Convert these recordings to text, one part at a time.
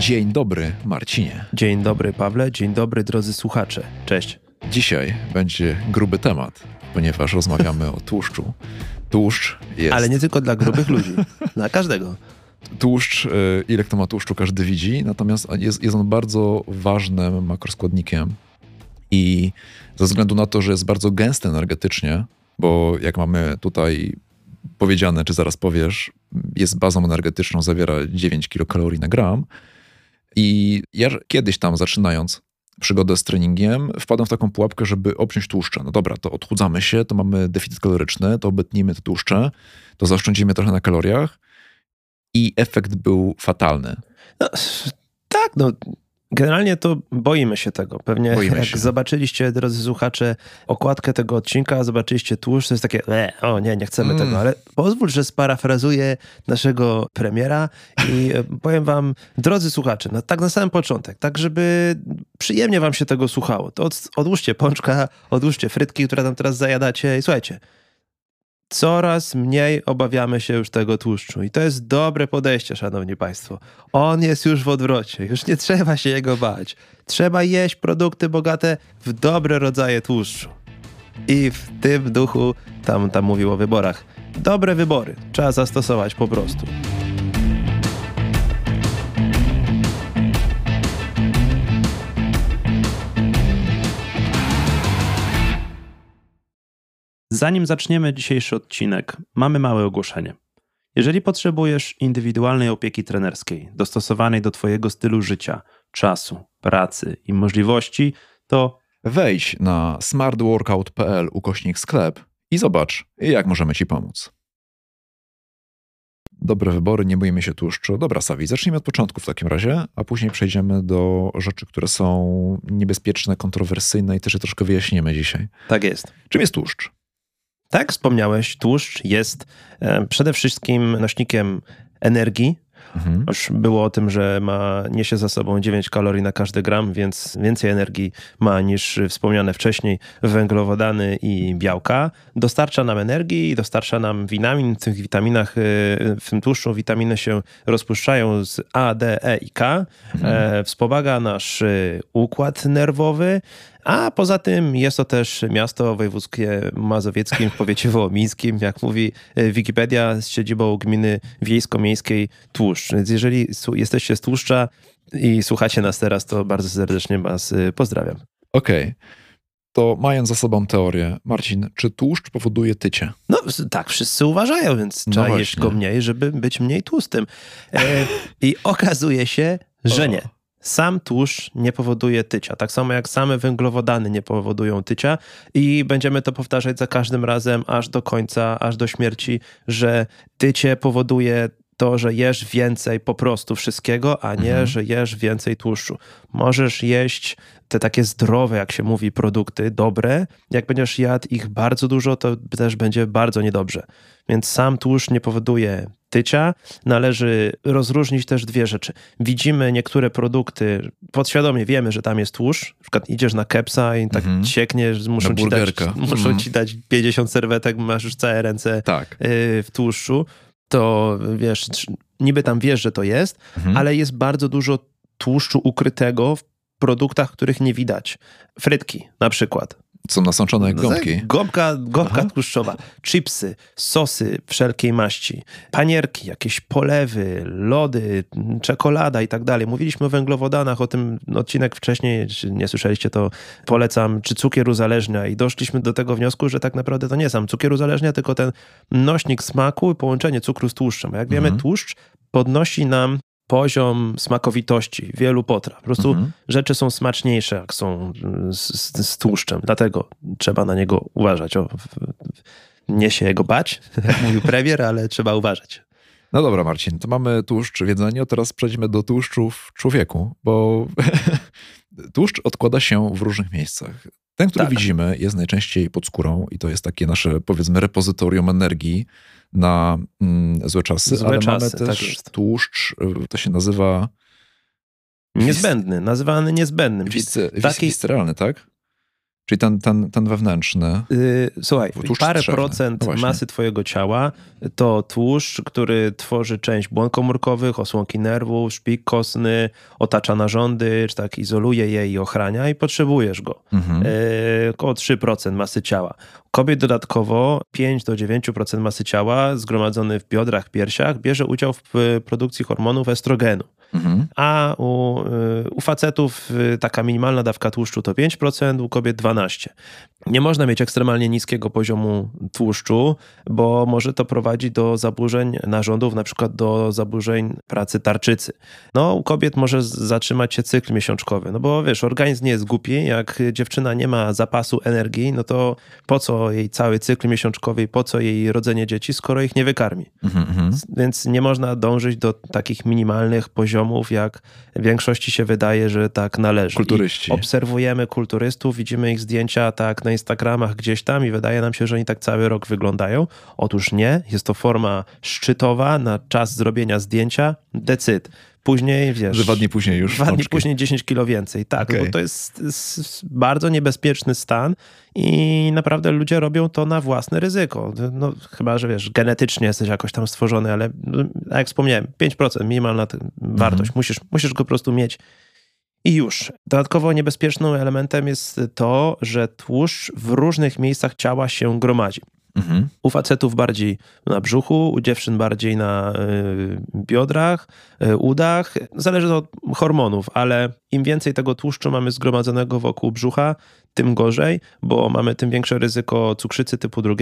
Dzień dobry, Marcinie. Dzień dobry, Pawle. Dzień dobry, drodzy słuchacze. Cześć. Dzisiaj będzie gruby temat, ponieważ rozmawiamy o tłuszczu. Tłuszcz jest... Ale nie tylko dla grubych ludzi, dla każdego. Tłuszcz, ile kto ma tłuszczu, każdy widzi, natomiast jest on bardzo ważnym makroskładnikiem i ze względu na to, że jest bardzo gęsty energetycznie, bo jak mamy tutaj powiedziane, czy zaraz powiesz, jest bazą energetyczną, zawiera 9 kilokalorii na gram. I ja kiedyś tam, zaczynając przygodę z treningiem, wpadłem w taką pułapkę, żeby obciąć tłuszcze. No dobra, to odchudzamy się, to mamy deficyt kaloryczny, to obetnijmy te tłuszcze, to zaoszczędzimy trochę na kaloriach i efekt był fatalny. No, tak, generalnie to boimy się tego. Pewnie zobaczyliście, drodzy słuchacze, okładkę tego odcinka, zobaczyliście tłuszcz, to jest takie, nie chcemy tego, ale pozwól, że sparafrazuję naszego premiera i powiem wam, drodzy słuchacze, tak na samym początek, tak żeby przyjemnie wam się tego słuchało, to odłóżcie pączka, odłóżcie frytki, które tam teraz zajadacie i słuchajcie, coraz mniej obawiamy się już tego tłuszczu. I to jest dobre podejście, szanowni państwo. On jest już w odwrocie. Już nie trzeba się jego bać. Trzeba jeść produkty bogate w dobre rodzaje tłuszczu. I w tym duchu, tam mówił o wyborach, dobre wybory trzeba zastosować po prostu. Zanim zaczniemy dzisiejszy odcinek, mamy małe ogłoszenie. Jeżeli potrzebujesz indywidualnej opieki trenerskiej, dostosowanej do twojego stylu życia, czasu, pracy i możliwości, to wejdź na smartworkout.pl/sklep i zobacz, jak możemy ci pomóc. Dobre wybory, nie boimy się tłuszczu. Dobra, Sawi, zacznijmy od początku w takim razie, a później przejdziemy do rzeczy, które są niebezpieczne, kontrowersyjne i też je troszkę wyjaśnimy dzisiaj. Tak jest. Czym jest tłuszcz? Tak, wspomniałeś, tłuszcz jest przede wszystkim nośnikiem energii. Już było o tym, że niesie za sobą 9 kalorii na każdy gram, więc więcej energii ma niż wspomniane wcześniej węglowodany i białka. Dostarcza nam energii, dostarcza nam witamin. W tych witaminach, w tym tłuszczu witaminy się rozpuszczają z A, D, E i K. Wspomaga nasz układ nerwowy. A poza tym jest to też miasto wojewódzkie mazowieckim w powiecie wołomińskim, jak mówi Wikipedia, z siedzibą gminy wiejsko-miejskiej Tłuszcz. Więc jeżeli jesteście z Tłuszcza i słuchacie nas teraz, to bardzo serdecznie was pozdrawiam. Okej. To mając za sobą teorię, Marcin, czy tłuszcz powoduje tycie? No tak, wszyscy uważają, więc trzeba jeść go mniej, żeby być mniej tłustym. I okazuje się, że nie. Sam tłuszcz nie powoduje tycia, tak samo jak same węglowodany nie powodują tycia i będziemy to powtarzać za każdym razem aż do końca, aż do śmierci, że tycie powoduje to, że jesz więcej po prostu wszystkiego, a nie, że jesz więcej tłuszczu. Możesz jeść te takie zdrowe, jak się mówi, produkty, dobre. Jak będziesz jadł ich bardzo dużo, to też będzie bardzo niedobrze. Więc sam tłuszcz nie powoduje tycia. Należy rozróżnić też dwie rzeczy. Widzimy niektóre produkty, podświadomie wiemy, że tam jest tłuszcz. Na przykład idziesz na kepsa i tak ciekniesz, muszą ci dać 50 serwetek, masz już całe ręce w tłuszczu. To wiesz, niby tam wiesz, że to jest, ale jest bardzo dużo tłuszczu ukrytego w produktach, których nie widać. Frytki na przykład. Są nasączone jak gąbki. Gąbka tłuszczowa, chipsy, sosy wszelkiej maści, panierki, jakieś polewy, lody, czekolada i tak dalej. Mówiliśmy o węglowodanach, o tym odcinek wcześniej, czy nie słyszeliście, to polecam, czy cukier uzależnia i doszliśmy do tego wniosku, że tak naprawdę to nie sam cukier uzależnia, tylko ten nośnik smaku i połączenie cukru z tłuszczem. A jak wiemy, tłuszcz podnosi nam poziom smakowitości wielu potraw. Po prostu rzeczy są smaczniejsze, jak są z tłuszczem. Dlatego trzeba na niego uważać. Nie się jego bać, jak mówił premier, ale trzeba uważać. No dobra, Marcin, to mamy tłuszcz w jedzeniu, teraz przejdźmy do tłuszczu w człowieku, bo tłuszcz odkłada się w różnych miejscach. Ten, który widzimy, jest najczęściej pod skórą i to jest takie nasze, powiedzmy, repozytorium energii na złe czasy, ale mamy też tłuszcz, to się nazywa... Niezbędny, nazywany niezbędnym. Visceralny, tak? Czyli ten wewnętrzny. Słuchaj, parę procent masy twojego ciała to tłuszcz, który tworzy część błon komórkowych, osłonki nerwów, szpik kostny, otacza narządy, czy tak izoluje je i ochrania i potrzebujesz go. Około 3% masy ciała. Kobiet dodatkowo 5-9% masy ciała zgromadzony w biodrach, piersiach bierze udział w produkcji hormonów estrogenu. A u facetów taka minimalna dawka tłuszczu to 5%, u kobiet 12%. Nie można mieć ekstremalnie niskiego poziomu tłuszczu, bo może to prowadzić do zaburzeń narządów, na przykład do zaburzeń pracy tarczycy. No, u kobiet może zatrzymać się cykl miesiączkowy, no bo wiesz, organizm nie jest głupi, jak dziewczyna nie ma zapasu energii, no to po co jej cały cykl miesiączkowy i po co jej rodzenie dzieci, skoro ich nie wykarmi. Więc nie można dążyć do takich minimalnych poziomów, jak w większości się wydaje, że tak należy. Kulturyści. I obserwujemy kulturystów, widzimy ich zdjęcia tak na Instagramach gdzieś tam i wydaje nam się, że oni tak cały rok wyglądają. Otóż nie, jest to forma szczytowa na czas zrobienia zdjęcia, decyd. Później, wiesz... 2 dni później już 2 dni później 10 kilo więcej. Tak, bo to jest bardzo niebezpieczny stan i naprawdę ludzie robią to na własne ryzyko. No, chyba, że wiesz, genetycznie jesteś jakoś tam stworzony, ale jak wspomniałem, 5% minimalna wartość. Musisz go po prostu mieć i już. Dodatkowo niebezpiecznym elementem jest to, że tłuszcz w różnych miejscach ciała się gromadzi. U facetów bardziej na brzuchu, u dziewczyn bardziej na biodrach, udach. Zależy od hormonów, ale im więcej tego tłuszczu mamy zgromadzonego wokół brzucha, tym gorzej, bo mamy tym większe ryzyko cukrzycy typu 2,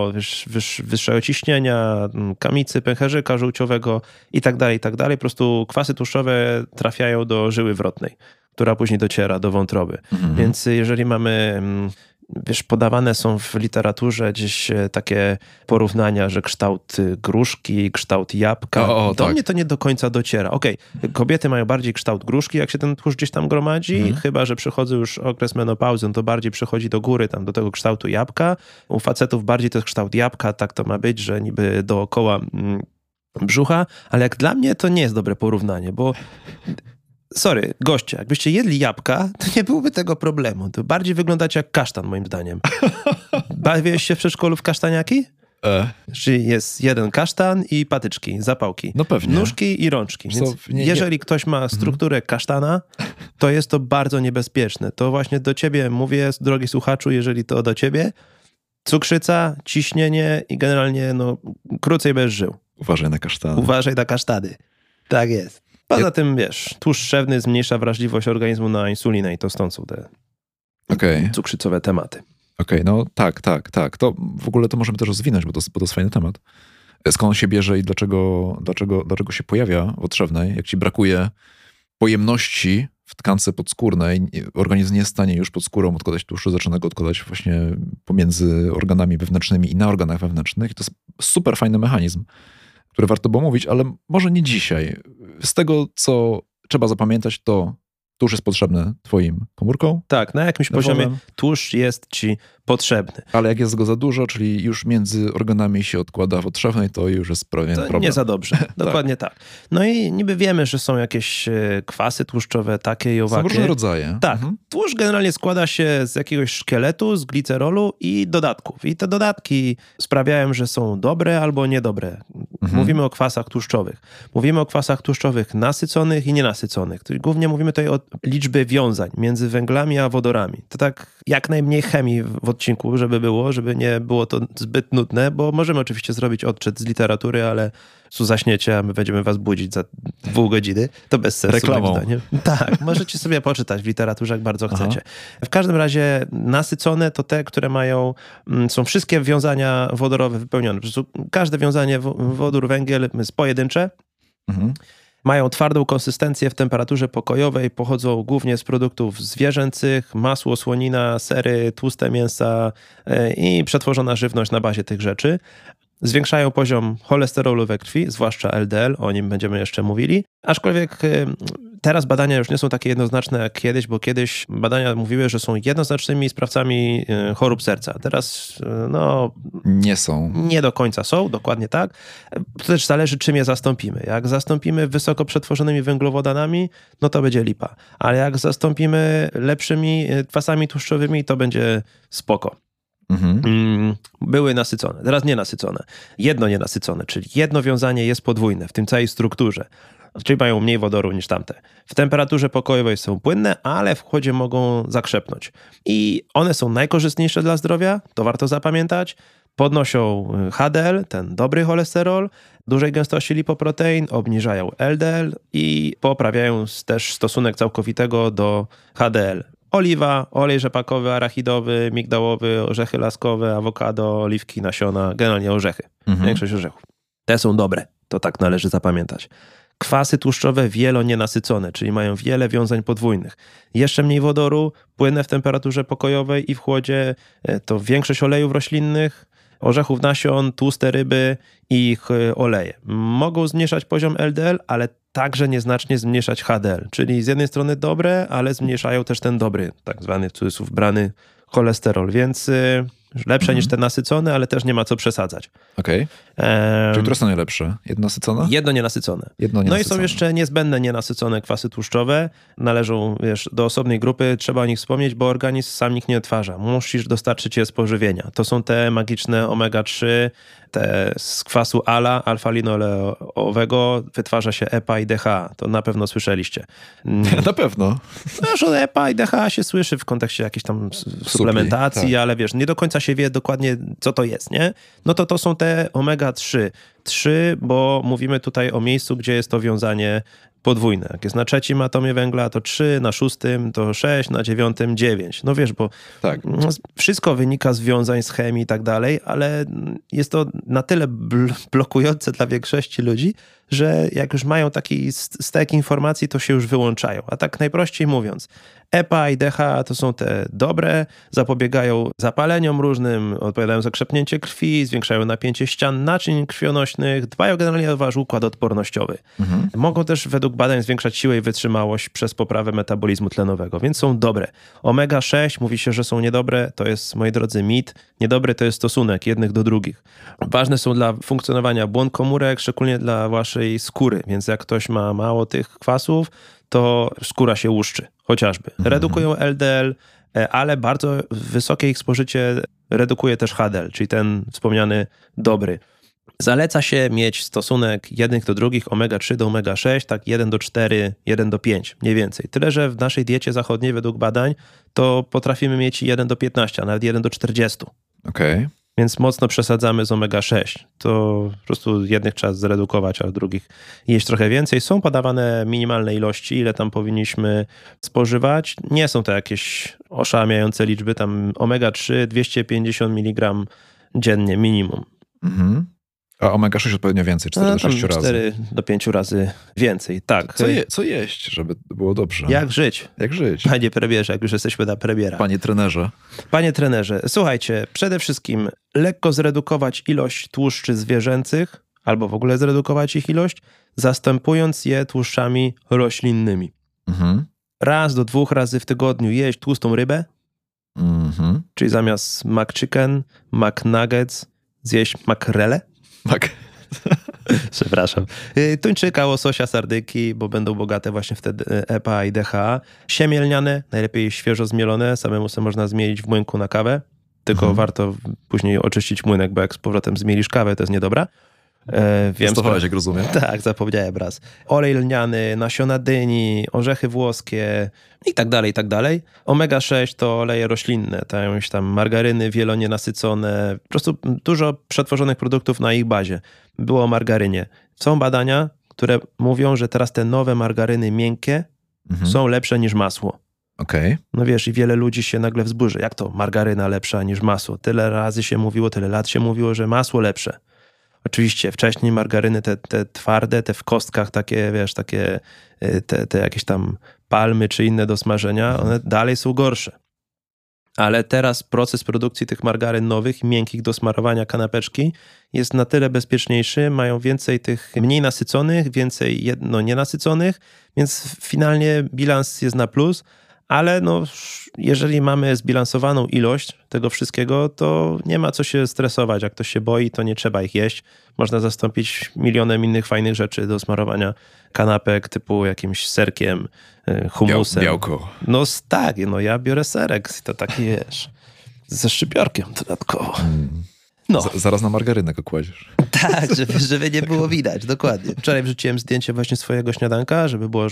wyższego ciśnienia, kamicy, pęcherzyka żółciowego i tak dalej. Po prostu kwasy tłuszczowe trafiają do żyły wrotnej, która później dociera do wątroby. Więc jeżeli mamy... Wiesz, podawane są w literaturze gdzieś takie porównania, że kształt gruszki, kształt jabłka. Do mnie to nie do końca dociera. Kobiety mają bardziej kształt gruszki, jak się ten tłuszcz gdzieś tam gromadzi, chyba że przychodzi już okres menopauzy, no to bardziej przychodzi do góry, tam do tego kształtu jabłka. U facetów bardziej to jest kształt jabłka, tak to ma być, że niby dookoła brzucha, ale jak dla mnie to nie jest dobre porównanie, bo... Sorry, goście, jakbyście jedli jabłka, to nie byłoby tego problemu. To bardziej wyglądacie jak kasztan, moim zdaniem. Bawiłeś się w przedszkolu w kasztaniaki? Czyli jest jeden kasztan i patyczki, zapałki. No pewnie. Nóżki i rączki. Więc jeżeli ktoś ma strukturę kasztana, to jest to bardzo niebezpieczne. To właśnie do ciebie mówię, drogi słuchaczu, jeżeli to do ciebie, cukrzyca, ciśnienie i generalnie krócej będziesz żył. Uważaj na kasztany. Uważaj na kasztany. Tak jest. Poza tym, wiesz, tłuszcz szewny zmniejsza wrażliwość organizmu na insulinę i to stąd są te cukrzycowe tematy. No tak. To w ogóle to możemy też rozwinąć, bo to jest fajny temat. Skąd on się bierze i dlaczego się pojawia w otrzewnej? Jak ci brakuje pojemności w tkance podskórnej, organizm nie jest w stanie już pod skórą odkładać tłuszczu, zaczyna go odkładać właśnie pomiędzy organami wewnętrznymi i na organach wewnętrznych. I to jest super fajny mechanizm, który warto było mówić, ale może nie dzisiaj. Z tego, co trzeba zapamiętać, to tłuszcz jest potrzebny twoim komórkom. Tak, na jakimś poziomie tłuszcz jest ci potrzebny. Ale jak jest go za dużo, czyli już między organami się odkłada w otrzewnej, to już jest pewien problem. Nie za dobrze. Dokładnie tak. No i niby wiemy, że są jakieś kwasy tłuszczowe, takie i owakie. Są różne rodzaje. Tak. Tłuszcz generalnie składa się z jakiegoś szkieletu, z glicerolu i dodatków. I te dodatki sprawiają, że są dobre albo niedobre. Mówimy o kwasach tłuszczowych. Mówimy o kwasach tłuszczowych nasyconych i nienasyconych. Głównie mówimy tutaj o liczbie wiązań między węglami a wodorami. To tak jak najmniej chemii w odcinku, żeby nie było to zbyt nudne, bo możemy oczywiście zrobić odczyt z literatury, ale tu zaśniecie, a my będziemy was budzić za 2 godziny. To bez sensu. Reklamą. Moim zdaniem. Tak, możecie sobie poczytać w literaturze, jak bardzo chcecie. W każdym razie nasycone to te, które są wszystkie wiązania wodorowe wypełnione. Po prostu każde wiązanie wodór, węgiel jest pojedyncze. Mają twardą konsystencję w temperaturze pokojowej, pochodzą głównie z produktów zwierzęcych, masło, słonina, sery, tłuste mięsa i przetworzona żywność na bazie tych rzeczy. Zwiększają poziom cholesterolu we krwi, zwłaszcza LDL, o nim będziemy jeszcze mówili. Aczkolwiek Teraz badania już nie są takie jednoznaczne jak kiedyś, bo kiedyś badania mówiły, że są jednoznacznymi sprawcami chorób serca. Teraz nie są. Nie do końca są, dokładnie tak. To też zależy, czym je zastąpimy. Jak zastąpimy wysoko przetworzonymi węglowodanami, no to będzie lipa. Ale jak zastąpimy lepszymi kwasami tłuszczowymi, to będzie spoko. Były nasycone, teraz nienasycone. Jedno nienasycone, czyli jedno wiązanie jest podwójne w tym całej strukturze. Czyli mają mniej wodoru niż tamte. W temperaturze pokojowej są płynne, ale w chłodzie mogą zakrzepnąć. I one są najkorzystniejsze dla zdrowia, to warto zapamiętać. Podnoszą HDL, ten dobry cholesterol, dużej gęstości lipoprotein, obniżają LDL i poprawiają też stosunek całkowitego do HDL. Oliwa, olej rzepakowy, arachidowy, migdałowy, orzechy laskowe, awokado, oliwki, nasiona, generalnie orzechy. Większość orzechów. Te są dobre, to tak należy zapamiętać. Kwasy tłuszczowe wielonienasycone, czyli mają wiele wiązań podwójnych. Jeszcze mniej wodoru, płynne w temperaturze pokojowej i w chłodzie, to większość olejów roślinnych, orzechów, nasion, tłuste ryby i ich oleje. Mogą zmniejszać poziom LDL, ale także nieznacznie zmniejszać HDL. Czyli z jednej strony dobre, ale zmniejszają też ten dobry, tak zwany w cudzysłów brany cholesterol, więc lepsze niż te nasycone, ale też nie ma co przesadzać. Okej. Czyli które są najlepsze? Jedno nasycone? Jedno nienasycone. No i są jeszcze niezbędne nienasycone kwasy tłuszczowe. Należą, do osobnej grupy, trzeba o nich wspomnieć, bo organizm sam ich nie odtwarza. Musisz dostarczyć je z pożywienia. To są te magiczne omega-3, te z kwasu ALA, alfa-linoleowego, wytwarza się EPA i DHA. To na pewno słyszeliście. Na pewno. No, że EPA i DHA się słyszy w kontekście jakiejś tam suplementacji, tak. Ale wiesz, nie do końca się wie dokładnie, co to jest, nie? No to są te omega-3. 3, bo mówimy tutaj o miejscu, gdzie jest to wiązanie podwójne. Jak jest na 3 atomie węgla, to 3, na 6 to 6, na 9 9. No wiesz, bo tak. Wszystko wynika z wiązań, z chemii i tak dalej, ale jest to na tyle blokujące dla większości ludzi, że jak już mają taki stek informacji, to się już wyłączają. A tak najprościej mówiąc, EPA i DHA to są te dobre, zapobiegają zapaleniom różnym, odpowiadają za krzepnięcie krwi, zwiększają napięcie ścian naczyń krwionośnych, dbają generalnie o wasz układ odpornościowy. Mogą też według badań zwiększać siłę i wytrzymałość przez poprawę metabolizmu tlenowego, więc są dobre. Omega-6 mówi się, że są niedobre, to jest, moi drodzy, mit. Niedobry to jest stosunek jednych do drugich. Ważne są dla funkcjonowania błon komórek, szczególnie dla waszej skóry, więc jak ktoś ma mało tych kwasów, to skóra się łuszczy, chociażby. Redukują LDL, ale bardzo wysokie ich spożycie redukuje też HDL, czyli ten wspomniany dobry. Zaleca się mieć stosunek jednych do drugich, omega-3 do omega-6, tak 1 do 4, 1 do 5, mniej więcej. Tyle, że w naszej diecie zachodniej według badań to potrafimy mieć 1 do 15, a nawet 1 do 40. Okej. Więc mocno przesadzamy z omega-6. To po prostu jednych trzeba zredukować, a drugich jeść trochę więcej. Są podawane minimalne ilości, ile tam powinniśmy spożywać. Nie są to jakieś oszałamiające liczby. Tam omega-3 250 mg dziennie minimum. A omega-6 odpowiednio więcej, 4 do 6 razy. 4 do 5 razy więcej, tak. Co jeść, żeby było dobrze? Jak żyć? Jak żyć? Panie premierze, jak już jesteśmy na premiera. Panie trenerze. Panie trenerze, słuchajcie, przede wszystkim lekko zredukować ilość tłuszczy zwierzęcych, albo w ogóle zredukować ich ilość, zastępując je tłuszczami roślinnymi. 1 do 2 razy w tygodniu jeść tłustą rybę, czyli zamiast McChicken, McNuggets, zjeść makrelę. Przepraszam. Tuńczyka, łososia, sardyki, bo będą bogate właśnie wtedy EPA i DHA. Siemię lniane, najlepiej świeżo zmielone, samemu sobie można zmielić w młynku na kawę, tylko warto później oczyścić młynek, bo jak z powrotem zmielisz kawę, to jest niedobra. Testowałeś, jak rozumiem. Tak, zapomniałem raz. Olej lniany, nasiona dyni, orzechy włoskie i tak dalej, i tak dalej. Omega-6 to oleje roślinne, tam margaryny wielonienasycone, po prostu dużo przetworzonych produktów na ich bazie. Było o margarynie. Są badania, które mówią, że teraz te nowe margaryny miękkie są lepsze niż masło. Okej. No wiesz, i wiele ludzi się nagle wzburzy. Jak to margaryna lepsza niż masło? Tyle razy się mówiło, tyle lat się mówiło, że masło lepsze. Oczywiście wcześniej margaryny te twarde, te w kostkach takie, wiesz, takie te jakieś tam palmy czy inne do smażenia, one dalej są gorsze. Ale teraz proces produkcji tych margaryn nowych, miękkich do smarowania kanapeczki jest na tyle bezpieczniejszy, mają więcej tych mniej nasyconych, więcej nienasyconych, więc finalnie bilans jest na plus, ale jeżeli mamy zbilansowaną ilość tego wszystkiego, to nie ma co się stresować. Jak ktoś się boi, to nie trzeba ich jeść. Można zastąpić milionem innych fajnych rzeczy do smarowania kanapek, typu jakimś serkiem, hummusem. Białko. Tak, ja biorę serek, to taki ze szczypiorkiem dodatkowo. Zaraz na margarynę go kładziesz. Tak, żeby nie było widać, dokładnie. Wczoraj wrzuciłem zdjęcie właśnie swojego śniadanka, żeby było,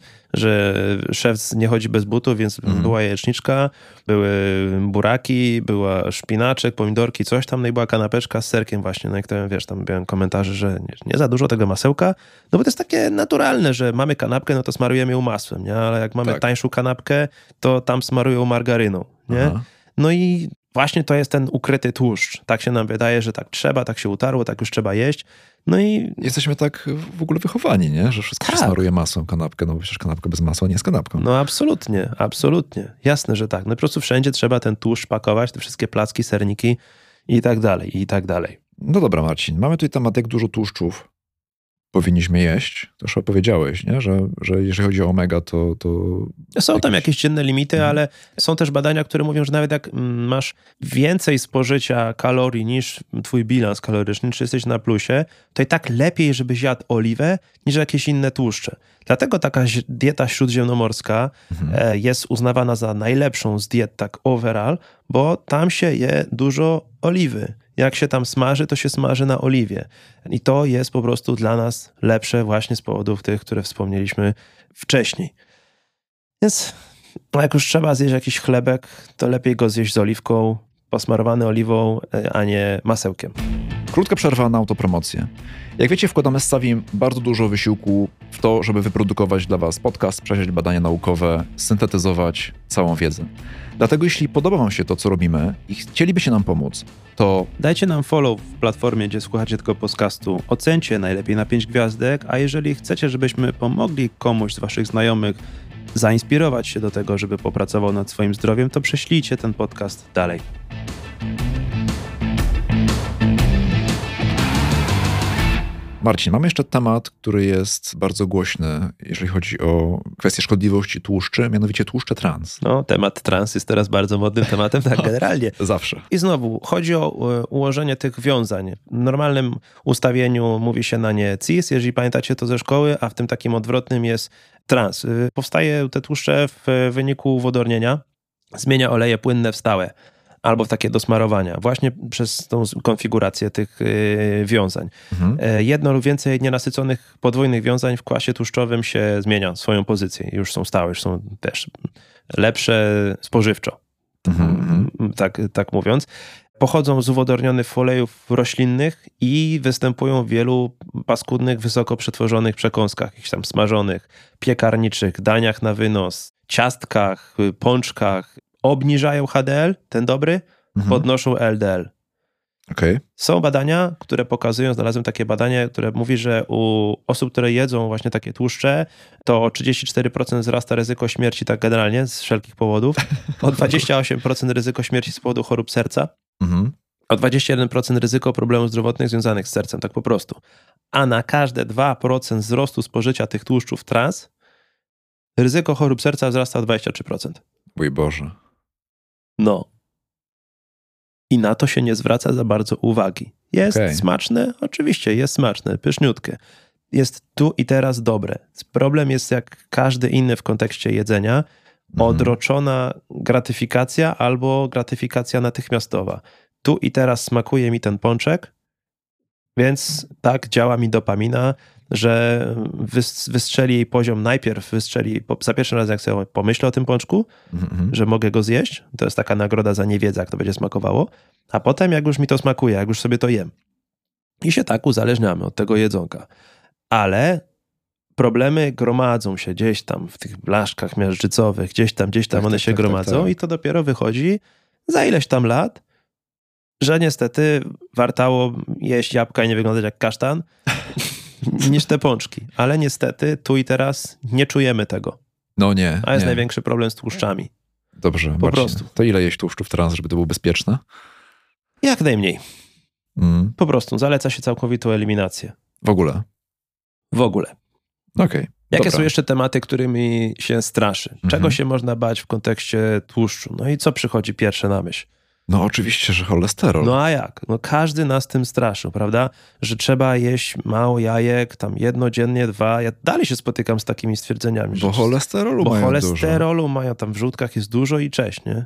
że szef nie chodzi bez butów, więc była jajeczniczka, były buraki, była szpinaczek, pomidorki, coś tam, i była kanapeczka z serkiem właśnie. No i tam byłem komentarze, że nie za dużo tego masełka, bo to jest takie naturalne, że mamy kanapkę, no to smarujemy ją masłem, nie? Ale jak mamy tańszą kanapkę, to tam smarują margaryną, nie? Aha. No i właśnie to jest ten ukryty tłuszcz. Tak się nam wydaje, że tak trzeba, tak się utarło, tak już trzeba jeść. No i jesteśmy tak w ogóle wychowani, nie? Że wszystko się smaruje masłem, kanapkę, bo przecież kanapka bez masła nie jest kanapką. No absolutnie, absolutnie. Jasne, że tak. No po prostu wszędzie trzeba ten tłuszcz pakować, te wszystkie placki, serniki i tak dalej, i tak dalej. No dobra, Marcin, mamy tutaj temat, jak dużo tłuszczów powinniśmy jeść. To już opowiedziałeś, nie? Że jeżeli chodzi o omega, to są tam jakieś dzienne limity, ale są też badania, które mówią, że nawet jak masz więcej spożycia kalorii niż twój bilans kaloryczny, czy jesteś na plusie, to i tak lepiej, żebyś jadł oliwę, niż jakieś inne tłuszcze. Dlatego taka dieta śródziemnomorska jest uznawana za najlepszą z diet tak overall, bo tam się je dużo oliwy. Jak się tam smaży, to się smaży na oliwie. I to jest po prostu dla nas lepsze właśnie z powodów tych, które wspomnieliśmy wcześniej. Więc jak już trzeba zjeść jakiś chlebek, to lepiej go zjeść z oliwką, posmarowany oliwą, a nie masełkiem. Krótka przerwa na autopromocję. Jak wiecie, wkładamy z Savim bardzo dużo wysiłku w to, żeby wyprodukować dla was podcast, przejrzeć badania naukowe, syntetyzować całą wiedzę. Dlatego jeśli podoba wam się to, co robimy i chcielibyście nam pomóc, to dajcie nam follow w platformie, gdzie słuchacie tego podcastu. Ocencie najlepiej na 5 gwiazdek, a jeżeli chcecie, żebyśmy pomogli komuś z waszych znajomych zainspirować się do tego, żeby popracował nad swoim zdrowiem, to prześlijcie ten podcast dalej. Marcin, mamy jeszcze temat, który jest bardzo głośny, jeżeli chodzi o kwestię szkodliwości tłuszczy, mianowicie tłuszcze trans. No, temat trans jest teraz bardzo modnym tematem, tak generalnie. Zawsze. I znowu, chodzi o ułożenie tych wiązań. W normalnym ustawieniu mówi się na nie cis, jeżeli pamiętacie to ze szkoły, a w tym takim odwrotnym jest trans. Powstaje te tłuszcze w wyniku wodornienia, zmienia oleje płynne w stałe. Albo w takie do smarowania, właśnie przez tą konfigurację tych wiązań. Jedno lub więcej nienasyconych podwójnych wiązań w kwasie tłuszczowym się zmienia swoją pozycję. Już są stałe, już są też lepsze spożywczo. Tak mówiąc. Pochodzą z uwodornionych olejów roślinnych i występują w wielu paskudnych, wysoko przetworzonych przekąskach, jakichś tam smażonych, piekarniczych, daniach na wynos, ciastkach, pączkach. Obniżają HDL, ten dobry, podnoszą LDL. Okay. Są badania, które pokazują, znalazłem takie badanie, które mówi, że u osób, które jedzą właśnie takie tłuszcze, to o 34% wzrasta ryzyko śmierci tak generalnie z wszelkich powodów, o 28% ryzyko śmierci z powodu chorób serca, o 21% ryzyko problemów zdrowotnych związanych z sercem, tak po prostu. A na każde 2% wzrostu spożycia tych tłuszczów trans ryzyko chorób serca wzrasta o 23%. Mój Boże. No. I na to się nie zwraca za bardzo uwagi. Jest smaczne? Oczywiście, jest smaczne, pyszniutkie. Jest tu i teraz dobre. Problem jest jak każdy inny w kontekście jedzenia, odroczona gratyfikacja albo gratyfikacja natychmiastowa. Tu i teraz smakuje mi ten pączek, więc tak działa mi dopamina, że wystrzeli jej poziom, najpierw wystrzeli, za pierwszym razem jak sobie pomyślę o tym pączku, że mogę go zjeść, to jest taka nagroda za niewiedzę, jak to będzie smakowało, a potem jak już mi to smakuje, jak już sobie to jem. I się tak uzależniamy od tego jedzonka. Ale problemy gromadzą się gdzieś tam w tych blaszkach miażdżycowych, gdzieś tam one się gromadzą i to dopiero wychodzi za ileś tam lat, że niestety wartało jeść jabłka i nie wyglądać jak kasztan, niż te pączki. Ale niestety tu i teraz nie czujemy tego. No nie. A jest największy problem z tłuszczami. Dobrze, po prostu. To ile jeść tłuszczów trans, żeby to było bezpieczne? Jak najmniej. Po prostu zaleca się całkowitą eliminację. W ogóle? W ogóle. Okej. Jakie są jeszcze tematy, którymi się straszy? Czego się można bać w kontekście tłuszczu? No i co przychodzi pierwsze na myśl? No oczywiście, że cholesterol. No a jak? No każdy nas tym straszył, prawda? Że trzeba jeść mało jajek, tam 1 dziennie, 2. Ja dalej się spotykam z takimi stwierdzeniami. Bo cholesterolu mają cholesterolu mają, tam w żółtkach jest dużo i cześć, nie?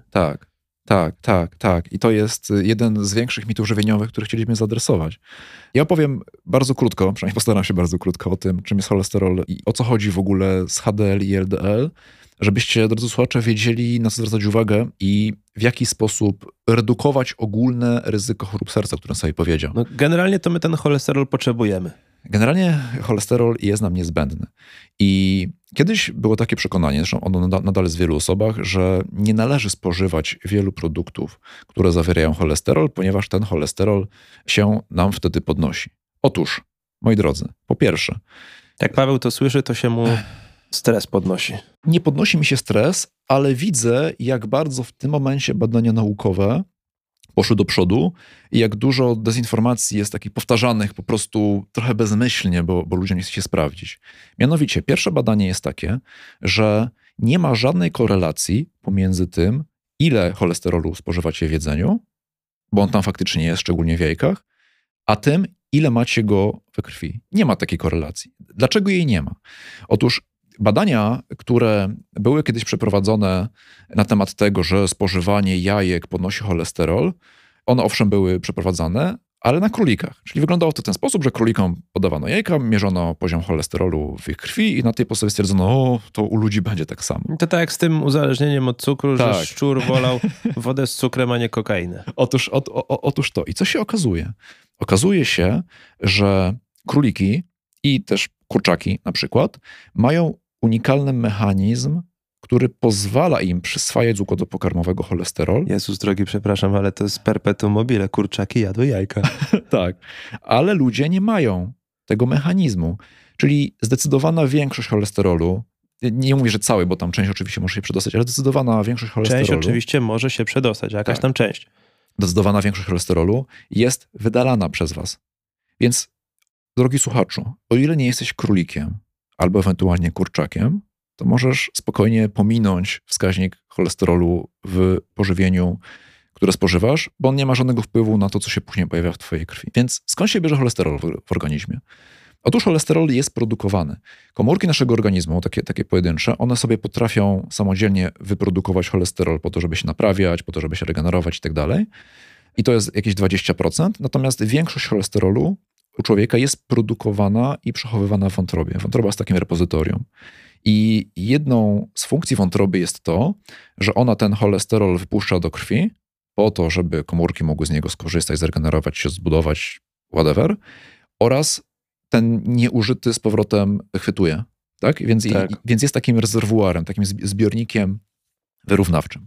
Tak. I to jest jeden z większych mitów żywieniowych, które chcieliśmy zaadresować. Ja opowiem bardzo krótko, przynajmniej postaram się bardzo krótko o tym, czym jest cholesterol i o co chodzi w ogóle z HDL i LDL, żebyście, drodzy słuchacze, wiedzieli, na co zwracać uwagę i w jaki sposób redukować ogólne ryzyko chorób serca, o którym sobie powiedział. No, generalnie to my ten cholesterol potrzebujemy. Generalnie cholesterol jest nam niezbędny. I kiedyś było takie przekonanie, zresztą ono nadal jest w wielu osobach, że nie należy spożywać wielu produktów, które zawierają cholesterol, ponieważ ten cholesterol się nam wtedy podnosi. Otóż, moi drodzy, po pierwsze... Jak Paweł to słyszy, to się mu stres podnosi. Nie podnosi mi się stres, ale widzę, jak bardzo w tym momencie badania naukowe poszły do przodu i jak dużo dezinformacji jest takich powtarzanych po prostu trochę bezmyślnie, bo ludzie nie chcą się sprawdzić. Mianowicie, pierwsze badanie jest takie, że nie ma żadnej korelacji pomiędzy tym, ile cholesterolu spożywacie w jedzeniu, bo on tam faktycznie jest, szczególnie w jajkach, a tym, ile macie go we krwi. Nie ma takiej korelacji. Dlaczego jej nie ma? Otóż badania, które były kiedyś przeprowadzone na temat tego, że spożywanie jajek podnosi cholesterol, one owszem były przeprowadzane, ale na królikach. Czyli wyglądało to w ten sposób, że królikom podawano jajka, mierzono poziom cholesterolu w ich krwi i na tej podstawie stwierdzono, o, to u ludzi będzie tak samo. To tak jak z tym uzależnieniem od cukru, tak, że szczur wolał wodę z cukrem, a nie kokainę. Otóż to. I co się okazuje? Okazuje się, że króliki i też kurczaki na przykład mają unikalny mechanizm, który pozwala im przyswajać z układu pokarmowego cholesterol. Jezus drogi, przepraszam, ale to jest perpetuum mobile. Kurczaki jadły jajka. Tak, ale ludzie nie mają tego mechanizmu. Czyli zdecydowana większość cholesterolu, nie mówię, że cały, bo tam część oczywiście może się przedostać, ale zdecydowana większość cholesterolu... Część oczywiście może się przedostać, jakaś tam część. Zdecydowana większość cholesterolu jest wydalana przez was. Więc, drogi słuchaczu, o ile nie jesteś królikiem albo ewentualnie kurczakiem, to możesz spokojnie pominąć wskaźnik cholesterolu w pożywieniu, które spożywasz, bo on nie ma żadnego wpływu na to, co się później pojawia w twojej krwi. Więc skąd się bierze cholesterol w organizmie? Otóż cholesterol jest produkowany. Komórki naszego organizmu, takie pojedyncze, one sobie potrafią samodzielnie wyprodukować cholesterol po to, żeby się naprawiać, po to, żeby się regenerować i tak dalej. I to jest jakieś 20%. Natomiast większość cholesterolu u człowieka jest produkowana i przechowywana w wątrobie. Wątroba jest takim repozytorium. I jedną z funkcji wątroby jest to, że ona ten cholesterol wypuszcza do krwi po to, żeby komórki mogły z niego skorzystać, zregenerować się, zbudować, whatever, oraz ten nieużyty z powrotem chwytuje. Tak? Więc jest takim rezerwuarem, takim zbiornikiem wyrównawczym.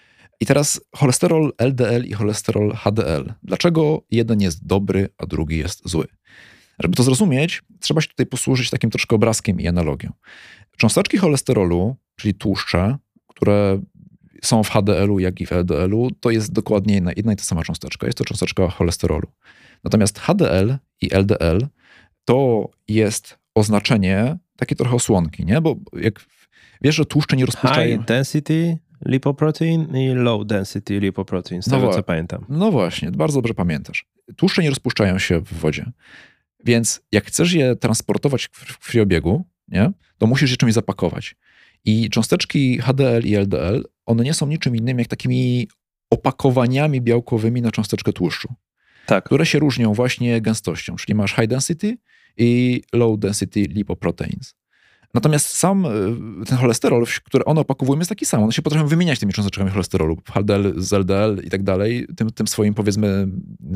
I teraz cholesterol LDL i cholesterol HDL. Dlaczego jeden jest dobry, a drugi jest zły? Żeby to zrozumieć, trzeba się tutaj posłużyć takim troszkę obrazkiem i analogią. Cząsteczki cholesterolu, czyli tłuszcze, które są w HDL-u, jak i w LDL-u, to jest dokładnie jedna i ta sama cząsteczka. Jest to cząsteczka cholesterolu. Natomiast HDL i LDL to jest oznaczenie takie trochę osłonki, nie? Bo jak wiesz, że tłuszcze nie rozpuszczają... High density lipoprotein i low density lipoprotein, z tego co pamiętam. No właśnie, bardzo dobrze pamiętasz. Tłuszcze nie rozpuszczają się w wodzie. Więc jak chcesz je transportować w krwiobiegu, nie, to musisz je czymś zapakować. I cząsteczki HDL i LDL, one nie są niczym innym jak takimi opakowaniami białkowymi na cząsteczkę tłuszczu, które się różnią właśnie gęstością. Czyli masz high density i low density lipoproteins. Natomiast sam ten cholesterol, który one opakowują, jest taki sam. One się potrafią wymieniać tymi cząsteczkami cholesterolu. HDL z LDL i tak dalej, tym swoim, powiedzmy,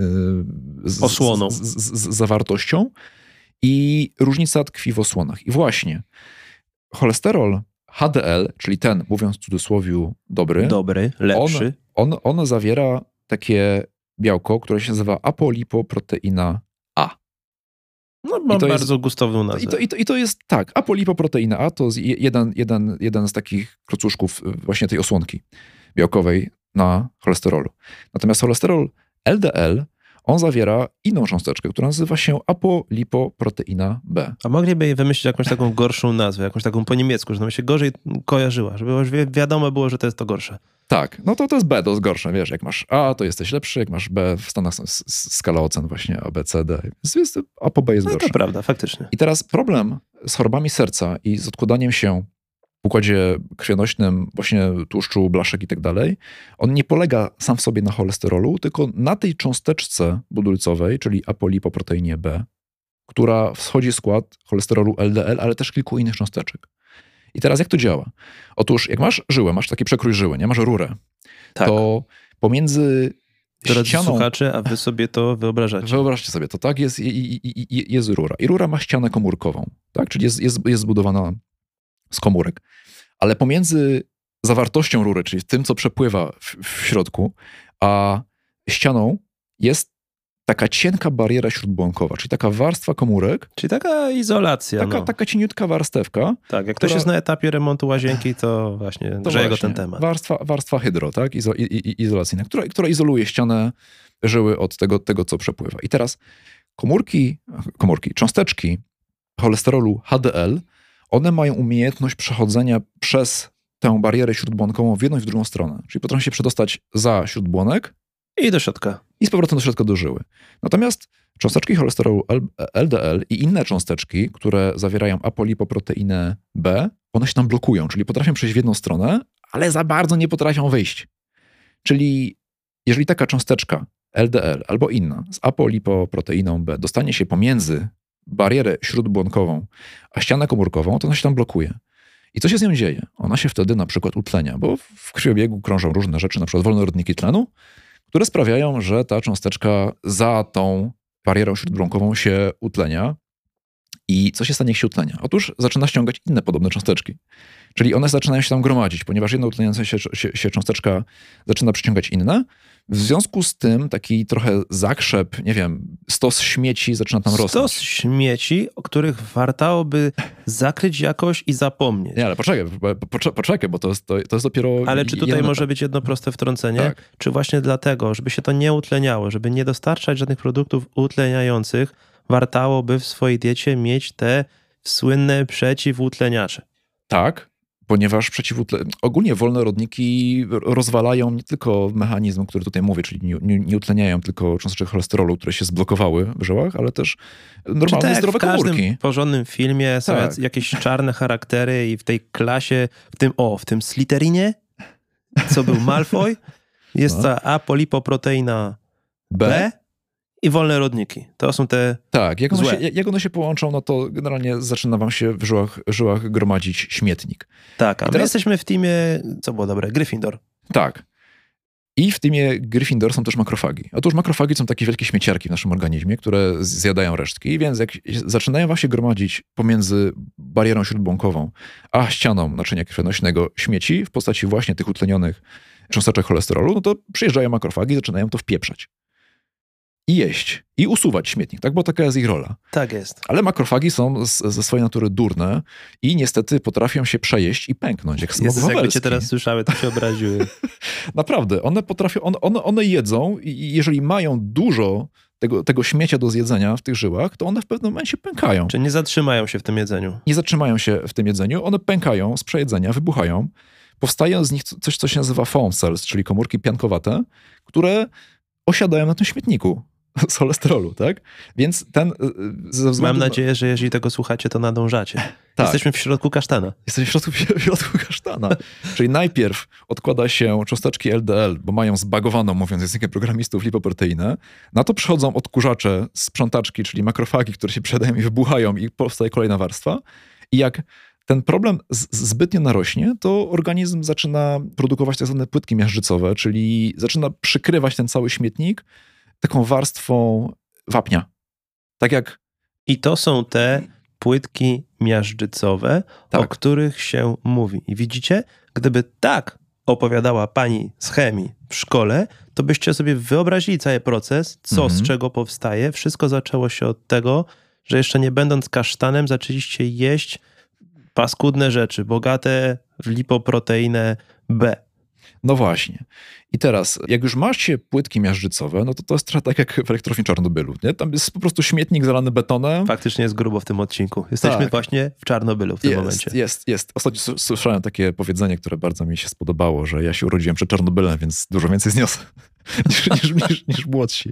osłoną. Z zawartością. I różnica tkwi w osłonach. I właśnie cholesterol HDL, czyli ten, mówiąc w cudzysłowie, dobry, lepszy, on zawiera takie białko, które się nazywa apolipoproteina A. No, mam bardzo gustowną nazwę. I to jest apolipoproteina A to jest jeden z takich klocuszków właśnie tej osłonki. białkowej na cholesterolu. Natomiast cholesterol LDL, on zawiera inną cząsteczkę, która nazywa się apolipoproteina B. A mogliby wymyślić jakąś taką gorszą nazwę, jakąś taką po niemiecku, żeby się gorzej kojarzyła, żeby już wiadomo było, że to jest to gorsze. Tak, no to jest B, to jest gorsze, wiesz, jak masz A, to jesteś lepszy, jak masz B, w Stanach są skala ocen właśnie A, B, C, D, więc A po B jest gorsze. No to prawda, faktycznie. I teraz problem z chorobami serca i z odkładaniem się w układzie krwionośnym właśnie tłuszczu, blaszek i tak dalej, on nie polega sam w sobie na cholesterolu, tylko na tej cząsteczce budulcowej, czyli apolipoproteinie B, która wchodzi w skład cholesterolu LDL, ale też kilku innych cząsteczek. I teraz jak to działa? Otóż jak masz żyłę, masz taki przekrój żyły, nie? Masz rurę, tak. To pomiędzy Drodzy ścianą... słuchacze, a wy sobie to wyobrażacie. Wyobraźcie sobie to, tak? Jest rura. I rura ma ścianę komórkową, tak? Czyli jest zbudowana z komórek. Ale pomiędzy zawartością rury, czyli tym, co przepływa w środku, a ścianą jest taka cienka bariera śródbłąkowa, czyli taka warstwa komórek. Czyli taka izolacja. Taka cieniutka warstewka. Tak, jak ktoś jest na etapie remontu łazienki, to właśnie grzeje go ten temat. Warstwa hydro, tak? Izolacyjna, która izoluje ścianę żyły od tego, co przepływa. I teraz cząsteczki cholesterolu HDL, one mają umiejętność przechodzenia przez tę barierę śródbłonkową w jedną i w drugą stronę. Czyli potrafią się przedostać za śródbłonek i do środka. I z powrotem do środka do żyły. Natomiast cząsteczki cholesterolu LDL i inne cząsteczki, które zawierają apolipoproteinę B, one się tam blokują, czyli potrafią przejść w jedną stronę, ale za bardzo nie potrafią wyjść. Czyli jeżeli taka cząsteczka LDL albo inna z apolipoproteiną B dostanie się pomiędzy barierę śródbłonkową a ścianę komórkową, to ona się tam blokuje. I co się z nią dzieje? Ona się wtedy na przykład utlenia, bo w krwiobiegu krążą różne rzeczy, na przykład wolne rodniki tlenu, które sprawiają, że ta cząsteczka za tą barierą śródbłonkową się utlenia. I co się stanie, jak się utlenia? Otóż zaczyna ściągać inne podobne cząsteczki. Czyli one zaczynają się tam gromadzić, ponieważ jedna utleniająca się cząsteczka zaczyna przyciągać inne. W związku z tym taki trochę zakrzep, nie wiem, stos śmieci zaczyna tam rosnąć. Stos śmieci, o których wartałoby zakryć jakoś i zapomnieć. Nie, ale poczekaj, bo to jest dopiero... Ale czy tutaj może być jedno proste wtrącenie? Tak. Czy właśnie dlatego, żeby się to nie utleniało, żeby nie dostarczać żadnych produktów utleniających, wartałoby w swojej diecie mieć te słynne przeciwutleniacze? Tak, ponieważ ogólnie wolne rodniki rozwalają nie tylko mechanizm, który tutaj mówię, czyli nie utleniają tylko cząsteczek cholesterolu, które się zblokowały w żyłach, ale też normalne, zdrowe komórki. W każdym porządnym filmie są jakieś czarne charaktery i w tej klasie, w tym Slytherinie, co był Malfoy, jest ta apolipoproteina B i wolne rodniki. To są te tak, jak one się połączą, no to generalnie zaczyna wam się w żyłach gromadzić śmietnik. Tak, a my jesteśmy w teamie, co było dobre, Gryffindor. Tak. I w teamie Gryffindor są też makrofagi. Otóż makrofagi są takie wielkie śmieciarki w naszym organizmie, które zjadają resztki, więc jak zaczynają wam się gromadzić pomiędzy barierą śródbłonkową a ścianą naczynia krwionośnego śmieci w postaci właśnie tych utlenionych cząsteczek cholesterolu, no to przyjeżdżają makrofagi i zaczynają to wpieprzać. I jeść. I usuwać śmietnik, tak? Bo taka jest ich rola. Tak jest. Ale makrofagi są ze swojej natury durne i niestety potrafią się przejeść i pęknąć, jak smok wawelski. Jakby cię teraz słyszały, to się obraziły. Naprawdę. One potrafią, one jedzą i jeżeli mają dużo tego śmiecia do zjedzenia w tych żyłach, to one w pewnym momencie pękają. Czy nie zatrzymają się w tym jedzeniu? Nie zatrzymają się w tym jedzeniu. One pękają z przejedzenia, wybuchają. Powstaje z nich coś, co się nazywa foam cells, czyli komórki piankowate, które osiadają na tym śmietniku z cholesterolu, tak? Więc Mam nadzieję, że jeżeli tego słuchacie, to nadążacie. Tak. Jesteśmy w środku kasztana. Jesteśmy w środku kasztana. Czyli najpierw odkłada się cząsteczki LDL, bo mają zbagowaną, mówiąc językiem programistów, lipoproteinę. Na to przychodzą odkurzacze, sprzątaczki, czyli makrofagi, które się przedają i wybuchają i powstaje kolejna warstwa. I jak ten problem zbytnio narośnie, to organizm zaczyna produkować tak zwane płytki miażdżycowe, czyli zaczyna przykrywać ten cały śmietnik taką warstwą wapnia. Tak jak... I to są te płytki miażdżycowe, tak, o których się mówi. I widzicie, gdyby tak opowiadała pani z chemii w szkole, to byście sobie wyobrazili cały proces, co z czego powstaje. Wszystko zaczęło się od tego, że jeszcze nie będąc kasztanem, zaczęliście jeść paskudne rzeczy, bogate w lipoproteinę B. No właśnie. I teraz, jak już masz się płytki miażdżycowe, no to jest trochę tak jak w elektrowni Czarnobylu. Nie? Tam jest po prostu śmietnik zalany betonem. Faktycznie jest grubo w tym odcinku. Jesteśmy właśnie w Czarnobylu w tym momencie. Jest. Ostatnio słyszałem takie powiedzenie, które bardzo mi się spodobało, że ja się urodziłem przed Czarnobylem, więc dużo więcej zniosę niż młodsi.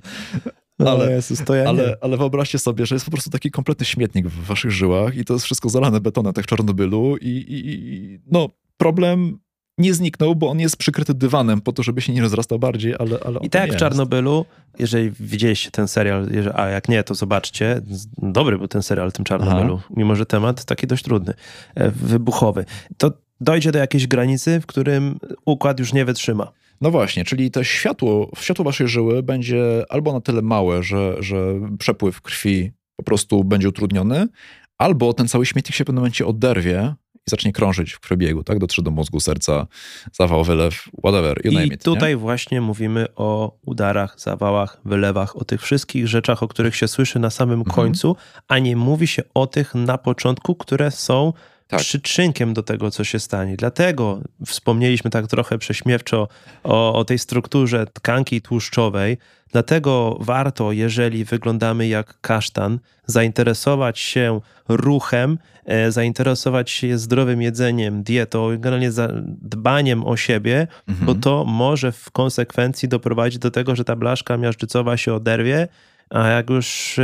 Ale wyobraźcie sobie, że jest po prostu taki kompletny śmietnik w waszych żyłach i to jest wszystko zalane betonem, tak w Czarnobylu i problem nie zniknął, bo on jest przykryty dywanem po to, żeby się nie rozrastał bardziej, ale i tak jak w Czarnobylu, jeżeli widzieliście ten serial, a jak nie, to zobaczcie, dobry był ten serial w tym Czarnobylu, mimo że temat taki dość trudny, wybuchowy. To dojdzie do jakiejś granicy, w którym układ już nie wytrzyma. No właśnie, czyli to światło waszej żyły będzie albo na tyle małe, że przepływ krwi po prostu będzie utrudniony, albo ten cały śmietnik się w pewnym momencie oderwie i zacznie krążyć w krwiobiegu, tak? Dotrze do mózgu, serca, zawał, wylew, whatever, you name it. I tutaj nie? właśnie mówimy o udarach, zawałach, wylewach, o tych wszystkich rzeczach, o których się słyszy na samym końcu, a nie mówi się o tych na początku, które są przyczynkiem do tego, co się stanie. Dlatego wspomnieliśmy tak trochę prześmiewczo o tej strukturze tkanki tłuszczowej. Dlatego warto, jeżeli wyglądamy jak kasztan, zainteresować się ruchem, zainteresować się zdrowym jedzeniem, dietą, generalnie dbaniem o siebie, bo to może w konsekwencji doprowadzić do tego, że ta blaszka miażdżycowa się oderwie, a jak już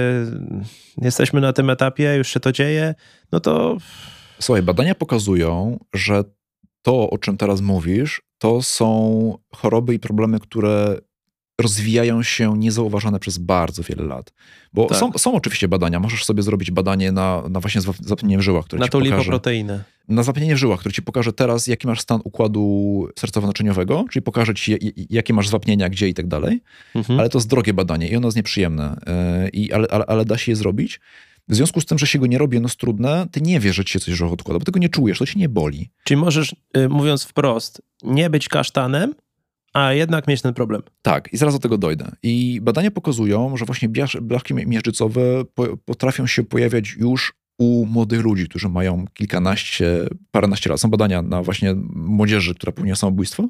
jesteśmy na tym etapie, już się to dzieje, no to... Słuchaj, badania pokazują, że to, o czym teraz mówisz, to są choroby i problemy, które rozwijają się niezauważone przez bardzo wiele lat. Bo są oczywiście badania. Możesz sobie zrobić badanie na właśnie zwapnienie w żyłach, które ci pokaże... Na tą lipoproteinę. Na zwapnienie w żyłach, które ci pokaże teraz, jaki masz stan układu sercowo-naczyniowego, czyli pokaże ci, jakie masz zwapnienia, gdzie i tak dalej. Ale to jest drogie badanie i ono jest nieprzyjemne. Ale da się je zrobić. W związku z tym, że się go nie robi, ono jest trudne, ty nie wiesz, że ci się coś żołądek odkłada, bo tego nie czujesz, to cię nie boli. Czyli możesz, mówiąc wprost, nie być kasztanem, a jednak mieć ten problem. Tak, i zaraz do tego dojdę. I badania pokazują, że właśnie blaszki miażdżycowe potrafią się pojawiać już u młodych ludzi, którzy mają paręnaście lat. Są badania na właśnie młodzieży, która popełniła samobójstwo.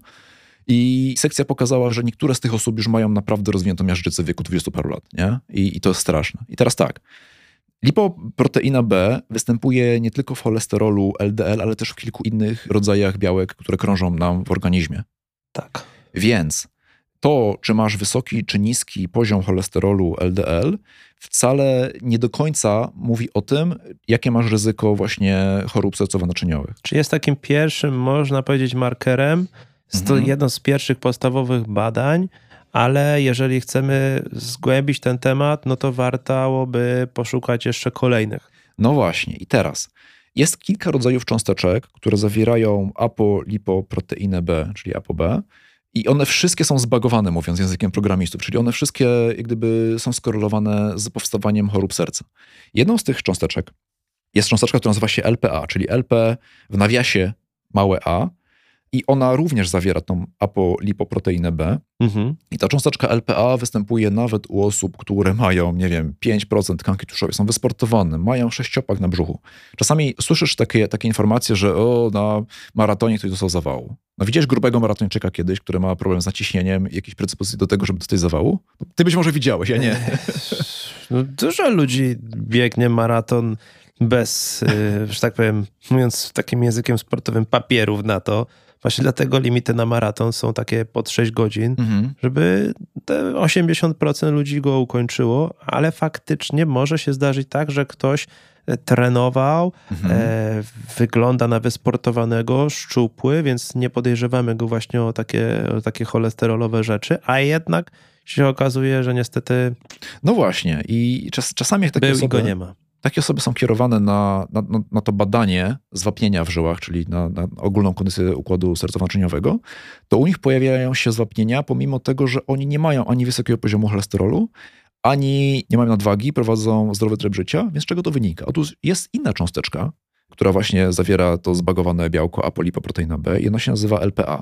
I sekcja pokazała, że niektóre z tych osób już mają naprawdę rozwiniętą miażdżycę w wieku 20 paru lat. Nie? I to jest straszne. I teraz tak. Lipoproteina B występuje nie tylko w cholesterolu LDL, ale też w kilku innych rodzajach białek, które krążą nam w organizmie. Tak. Więc to, czy masz wysoki czy niski poziom cholesterolu LDL, wcale nie do końca mówi o tym, jakie masz ryzyko właśnie chorób sercowo-naczyniowych. Czy jest takim pierwszym, można powiedzieć, markerem? Jest to jedno z pierwszych podstawowych badań, ale jeżeli chcemy zgłębić ten temat, no to wartałoby poszukać jeszcze kolejnych. No właśnie. I teraz jest kilka rodzajów cząsteczek, które zawierają apolipoproteinę B, czyli ApoB, i one wszystkie są zbagowane, mówiąc językiem programistów, czyli one wszystkie jak gdyby są skorelowane z powstawaniem chorób serca. Jedną z tych cząsteczek jest cząsteczka, która nazywa się LPA, czyli LP w nawiasie małe a, i ona również zawiera tą apolipoproteinę B. I ta cząsteczka LPA występuje nawet u osób, które mają, 5% tkanki tłuszczowej, są wysportowane, mają sześciopak na brzuchu. Czasami słyszysz takie informacje, że na maratonie ktoś dostał zawału. No widziałeś grubego maratończyka kiedyś, który ma problem z naciśnieniem, jakieś predyspozycje do tego, żeby dostać zawału? Ty być może widziałeś, ja nie. No, dużo ludzi biegnie maraton bez, że tak powiem, mówiąc takim językiem sportowym, papierów na to. Właśnie dlatego limity na maraton są takie pod 6 godzin, żeby te 80% ludzi go ukończyło, ale faktycznie może się zdarzyć tak, że ktoś trenował, wygląda na wysportowanego, szczupły, więc nie podejrzewamy go właśnie o takie cholesterolowe rzeczy, a jednak się okazuje, że niestety... No właśnie i czasami takie osoby... i go nie ma. Takie osoby są kierowane na to badanie zwapnienia w żyłach, czyli na ogólną kondycję układu sercowo-naczyniowego, to u nich pojawiają się zwapnienia, pomimo tego, że oni nie mają ani wysokiego poziomu cholesterolu, ani nie mają nadwagi, prowadzą zdrowy tryb życia, więc z czego to wynika? Otóż jest inna cząsteczka, która właśnie zawiera to zbagowane białko apolipoproteina B i ona się nazywa LPA.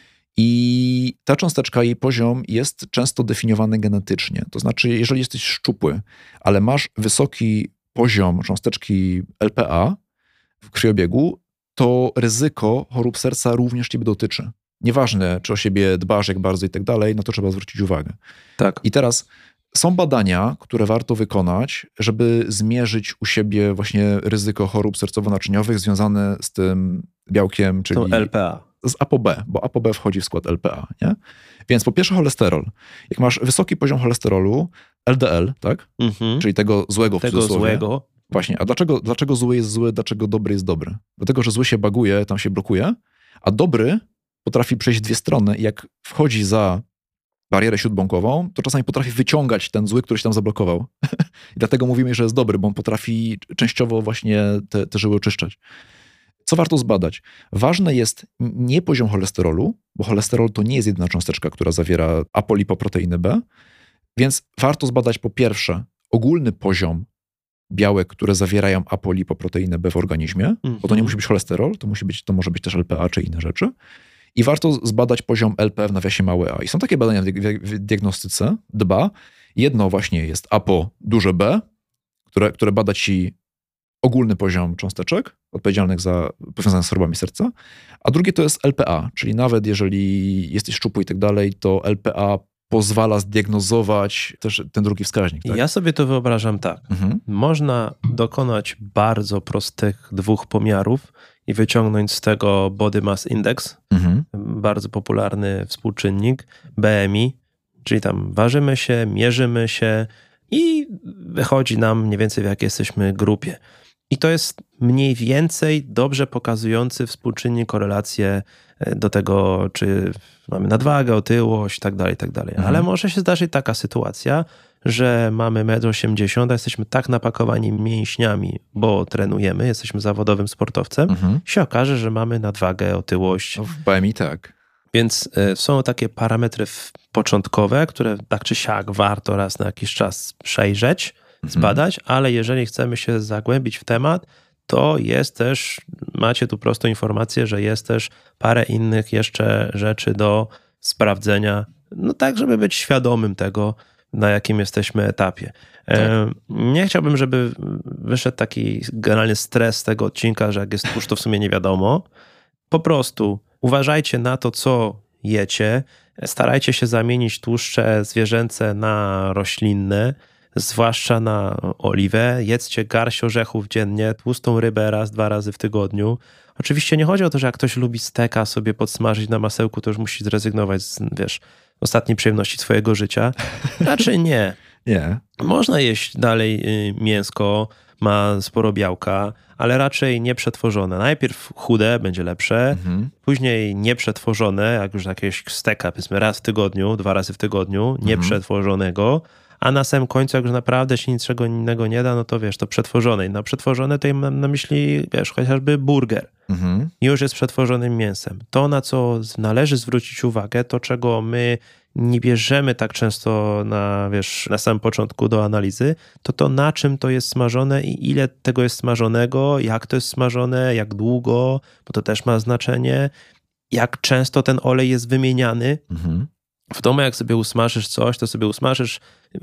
I ta cząsteczka, jej poziom jest często definiowany genetycznie. To znaczy, jeżeli jesteś szczupły, ale masz wysoki poziom cząsteczki LPA w krwiobiegu, to ryzyko chorób serca również ciebie dotyczy. nieważne, czy o siebie dbasz, jak bardzo i tak dalej, no to trzeba zwrócić uwagę. Tak. I teraz są badania, które warto wykonać, żeby zmierzyć u siebie właśnie ryzyko chorób sercowo-naczyniowych związane z tym białkiem, czyli... To LPA. Z ApoB, bo ApoB wchodzi w skład LPA, nie? Więc po pierwsze cholesterol. Jak masz wysoki poziom cholesterolu, LDL, tak? Czyli tego złego w cudzysłowie. Złego. Właśnie, a dlaczego zły jest zły, dlaczego dobry jest dobry? Dlatego, że zły się baguje, tam się blokuje, a dobry potrafi przejść dwie strony i jak wchodzi za barierę śródbąkową, to czasami potrafi wyciągać ten zły, który się tam zablokował. I dlatego mówimy, że jest dobry, bo on potrafi częściowo właśnie te żyły oczyszczać. Co warto zbadać? Ważny jest nie poziom cholesterolu, bo cholesterol to nie jest jedyna cząsteczka, która zawiera apolipoproteinę B, więc warto zbadać po pierwsze ogólny poziom białek, które zawierają apolipoproteinę B w organizmie, bo to nie musi być cholesterol, to może być też LPA czy inne rzeczy. I warto zbadać poziom LP w nawiasie małe a. I są takie badania w diagnostyce DBA. Jedno właśnie jest APO duże B, które bada ci ogólny poziom cząsteczek odpowiedzialnych powiązanych z chorobami serca, a drugie to jest LPA, czyli nawet jeżeli jesteś szczupły i tak dalej, to LPA pozwala zdiagnozować też ten drugi wskaźnik. Tak? Ja sobie to wyobrażam tak. Można dokonać bardzo prostych dwóch pomiarów i wyciągnąć z tego Body Mass Index, bardzo popularny współczynnik, BMI, czyli tam ważymy się, mierzymy się i wychodzi nam mniej więcej w jakiej jesteśmy grupie. I to jest mniej więcej dobrze pokazujący współczynnik, korelację do tego, czy mamy nadwagę, otyłość, tak dalej, tak dalej. Ale może się zdarzyć taka sytuacja, że mamy 1,80 m, a jesteśmy tak napakowani mięśniami, bo trenujemy, jesteśmy zawodowym sportowcem, się okaże, że mamy nadwagę, otyłość. No w BMI tak. Więc są takie parametry początkowe, które tak czy siak warto raz na jakiś czas przejrzeć, zbadać, ale jeżeli chcemy się zagłębić w temat, to jest też, macie tu prostą informację, że jest też parę innych jeszcze rzeczy do sprawdzenia, no tak, żeby być świadomym tego, na jakim jesteśmy etapie. Tak. Nie chciałbym, żeby wyszedł taki generalny stres z tego odcinka, że jak jest tłuszcz, to w sumie nie wiadomo. Po prostu uważajcie na to, co jecie, starajcie się zamienić tłuszcze zwierzęce na roślinne, zwłaszcza na oliwę. Jedzcie garść orzechów dziennie, tłustą rybę raz, 2 razy w tygodniu. Oczywiście nie chodzi o to, że jak ktoś lubi steka sobie podsmażyć na masełku, to już musi zrezygnować z, ostatniej przyjemności swojego życia. Raczej nie. Nie. Można jeść dalej mięsko, ma sporo białka, ale raczej nieprzetworzone. Najpierw chude, będzie lepsze, później nieprzetworzone, jak już jakiegoś steka, powiedzmy raz w tygodniu, 2 razy w tygodniu, nieprzetworzonego, a na samym końcu, jak już naprawdę się niczego innego nie da, no to to przetworzone. I na przetworzone tutaj mam na myśli, chociażby burger. Już jest przetworzonym mięsem. To, na co należy zwrócić uwagę, to czego my nie bierzemy tak często na samym początku do analizy, to na czym to jest smażone i ile tego jest smażonego, jak to jest smażone, jak długo, bo to też ma znaczenie, jak często ten olej jest wymieniany. W domu jak sobie usmażysz coś, to sobie usmażysz,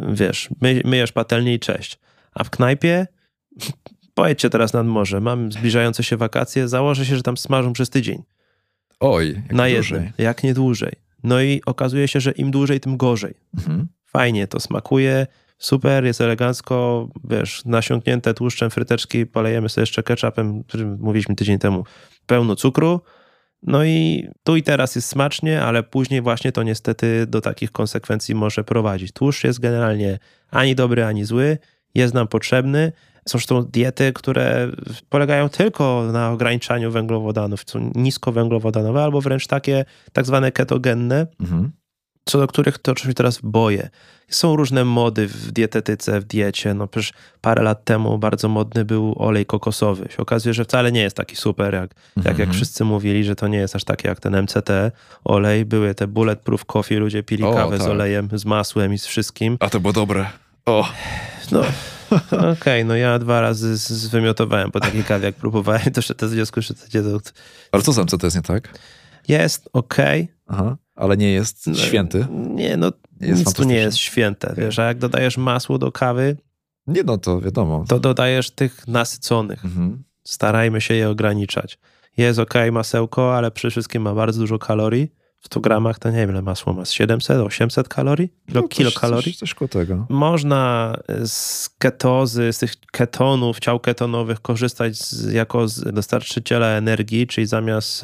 myjesz patelnię i cześć. A w knajpie pojedźcie teraz nad morze, mam zbliżające się wakacje, założę się, że tam smażą przez tydzień. Oj, jak na nie jednym, dłużej. jak nie dłużej. No i okazuje się, że im dłużej, tym gorzej. Fajnie to smakuje, super, jest elegancko, nasiąknięte tłuszczem fryteczki, polejemy sobie jeszcze ketchupem, o którym mówiliśmy tydzień temu, pełno cukru. No i tu i teraz jest smacznie, ale później właśnie to niestety do takich konsekwencji może prowadzić. Tłuszcz jest generalnie ani dobry, ani zły, jest nam potrzebny. Są zresztą diety, które polegają tylko na ograniczaniu węglowodanów, są niskowęglowodanowe albo wręcz takie tak zwane ketogenne, co do których to oczywiście teraz boję. Są różne mody w dietetyce, w diecie. No przecież parę lat temu bardzo modny był olej kokosowy. Się okazuje, że wcale nie jest taki super, jak wszyscy mówili, że to nie jest aż taki jak ten MCT olej. Były te bulletproof coffee, ludzie pili kawę z olejem, z masłem i z wszystkim. A to było dobre. O. No. Okej, no ja 2 razy zwymiotowałem po takiej kawie, jak próbowałem, to szedł z wniosku, że to... Ale co z MCT jest nie tak? Jest okej. Aha, ale nie jest święty? Nie, no nic tu nie jest święte. Wiesz, a jak dodajesz masło do kawy, nie, no to wiadomo. To dodajesz tych nasyconych. Starajmy się je ograniczać. Jest okej masełko, ale przede wszystkim ma bardzo dużo kalorii, W 100 gramach to nie wiem, ile masło ma, 700, 800 kalorii? Kilokalorii? Coś koło tego. Można z ketozy, z tych ketonów, ciał ketonowych korzystać jako z dostarczyciela energii, czyli zamiast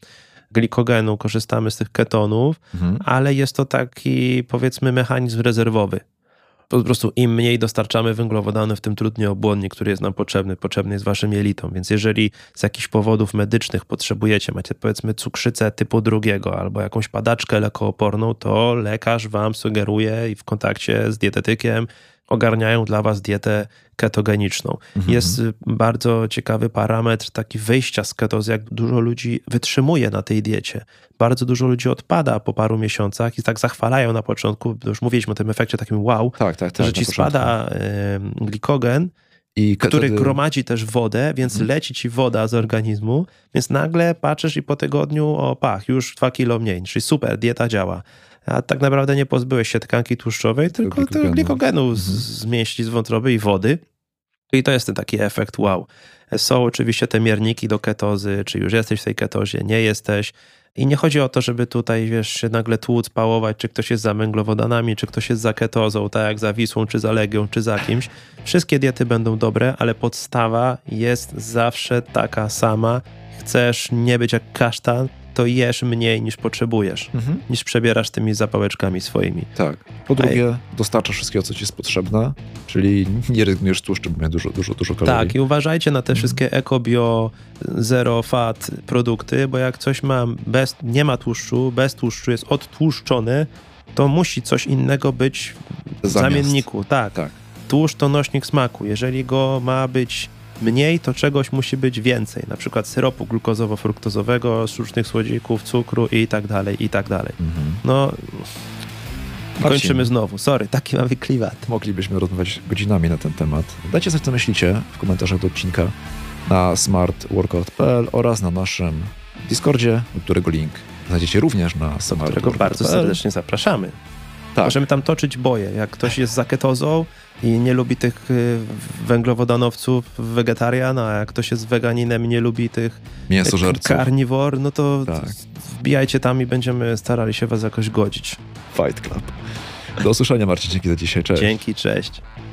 glikogenu korzystamy z tych ketonów, ale jest to taki, powiedzmy, mechanizm rezerwowy. Po prostu im mniej dostarczamy węglowodanów, tym trudniej obłonnik, który jest nam potrzebny jest waszym jelitom. Więc jeżeli z jakichś powodów medycznych potrzebujecie, macie powiedzmy cukrzycę typu 2 albo jakąś padaczkę lekooporną, to lekarz wam sugeruje i w kontakcie z dietetykiem ogarniają dla was dietę ketogeniczną. Jest bardzo ciekawy parametr taki wyjścia z ketozy, jak dużo ludzi wytrzymuje na tej diecie. Bardzo dużo ludzi odpada po paru miesiącach i tak zachwalają na początku, już mówiliśmy o tym efekcie takim wow, że ci spada glikogen, który gromadzi też wodę, więc leci ci woda z organizmu, więc nagle patrzysz i po tygodniu, już 2 kilo mniej, czyli super, dieta działa. A tak naprawdę nie pozbyłeś się tkanki tłuszczowej, tylko glikogenu z mięśni, z wątroby i wody. I to jest ten taki efekt wow. Są oczywiście te mierniki do ketozy, czy już jesteś w tej ketozie, nie jesteś. I nie chodzi o to, żeby tutaj, się nagle tłuc, pałować, czy ktoś jest za węglowodanami, czy ktoś jest za ketozą, tak jak za Wisłą, czy za Legią, czy za kimś. Wszystkie diety będą dobre, ale podstawa jest zawsze taka sama. Chcesz nie być jak kasztan, to jesz mniej niż potrzebujesz, niż przebierasz tymi zapałeczkami swoimi. Tak. Po drugie, dostarczasz wszystkiego, co ci jest potrzebne, czyli nie rezygnujesz z tłuszczu, bo ma dużo kalorii. Tak, i uważajcie na te wszystkie eko, bio, zero fat produkty, bo jak coś nie ma tłuszczu, bez tłuszczu, jest odtłuszczony, to musi coś innego być w zamienniku. Tak. Tłuszcz to nośnik smaku. Jeżeli go ma być mniej, to czegoś musi być więcej. Na przykład syropu glukozowo-fruktozowego, sztucznych słodzików, cukru i tak dalej, i tak dalej. No, kończymy znowu. Sorry, taki mamy klimat. Moglibyśmy rozmawiać godzinami na ten temat. Dajcie znać, co myślicie w komentarzach do odcinka na smartworkout.pl oraz na naszym Discordzie, do którego link znajdziecie również na smartworkout.pl. Którego bardzo serdecznie zapraszamy. Tak. Możemy tam toczyć boje. Jak ktoś jest za ketozą i nie lubi tych węglowodanowców, wegetarian, a jak ktoś jest weganinem i nie lubi tych mięsożerców, karniwor, no to wbijajcie tam i będziemy starali się was jakoś godzić. Fight Club. Do usłyszenia, Marcin, dzięki za dzisiaj. Cześć. Dzięki, cześć.